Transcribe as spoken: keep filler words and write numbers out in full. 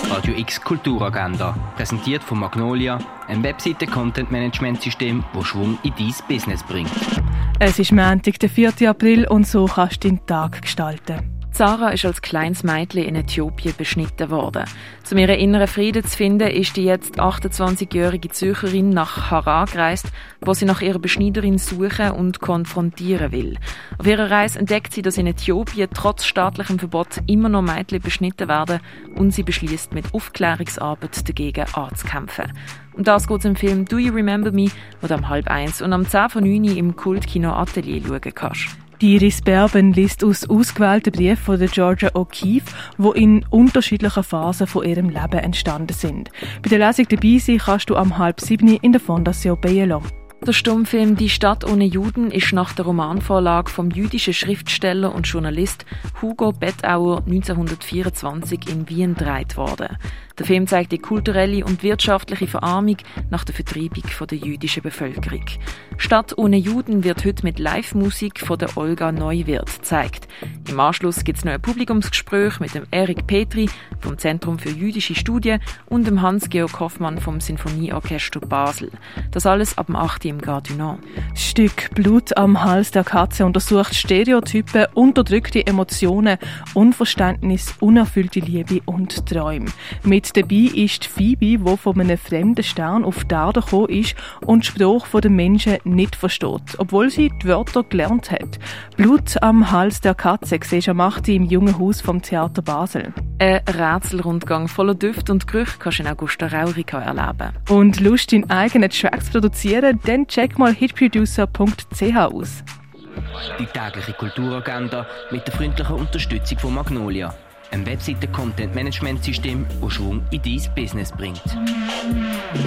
Radio X Kulturagenda, präsentiert von Magnolia, ein Webseiten-Content-Management-System, das Schwung in dein Business bringt. Es ist Montag, der vierten April, und so kannst du deinen Tag gestalten. Sarah ist als kleines Mädchen in Äthiopien beschnitten worden. Um ihren inneren Frieden zu finden, ist die jetzt achtundzwanzigjährige Zürcherin nach Harar gereist, wo sie nach ihrer Beschneiderin suchen und konfrontieren will. Auf ihrer Reise entdeckt sie, dass in Äthiopien trotz staatlichem Verbot immer noch Mädchen beschnitten werden, und sie beschließt, mit Aufklärungsarbeit dagegen anzukämpfen. Und das geht es im Film «Do You Remember Me», wo du am halb eins und am zehn vor neun im Kultkino Atelier schauen kannst. Die Iris Berben liest aus ausgewählten Briefen von der Georgia O'Keeffe, die in unterschiedlichen Phasen von ihrem Leben entstanden sind. Bei der Lesung dabei sein kannst du am halb sieben in der Fondation Bielo. Der Stummfilm «Die Stadt ohne Juden» ist nach der Romanvorlage vom jüdischen Schriftsteller und Journalist Hugo Bettauer neunzehnhundertvierundzwanzig in Wien gedreht worden. Der Film zeigt die kulturelle und wirtschaftliche Verarmung nach der Vertreibung der jüdischen Bevölkerung. «Stadt ohne Juden» wird heute mit Live-Musik von der Olga Neuwirth gezeigt. Im Anschluss gibt es noch ein Publikumsgespräch mit dem Erik Petri vom Zentrum für jüdische Studien und dem Hans-Georg Hoffmann vom Sinfonieorchester Basel. Das alles ab dem acht Uhr im Gardinon. Das Stück «Blut am Hals der Katze» untersucht Stereotypen, unterdrückte Emotionen, Unverständnis, unerfüllte Liebe und Träume. Mit dabei ist Phoebe, die von einem fremden Stern auf die Erde gekommen ist und die Sprache der Menschen nicht versteht, obwohl sie die Wörter gelernt hat. «Blut am Hals der Katze» siehst du am acht Uhr im Jungen Haus vom Theater Basel. Ein Rätselrundgang voller Düfte und Gerüche kannst du in Augusta Raurica erleben. Und Lust, deinen eigenen Track zu produzieren? Dann check mal hitproducer punkt c h aus. Die tägliche Kulturagenda mit der freundlichen Unterstützung von Magnolia, ein Webseiten-Content-Management-System, das Schwung in dein Business bringt.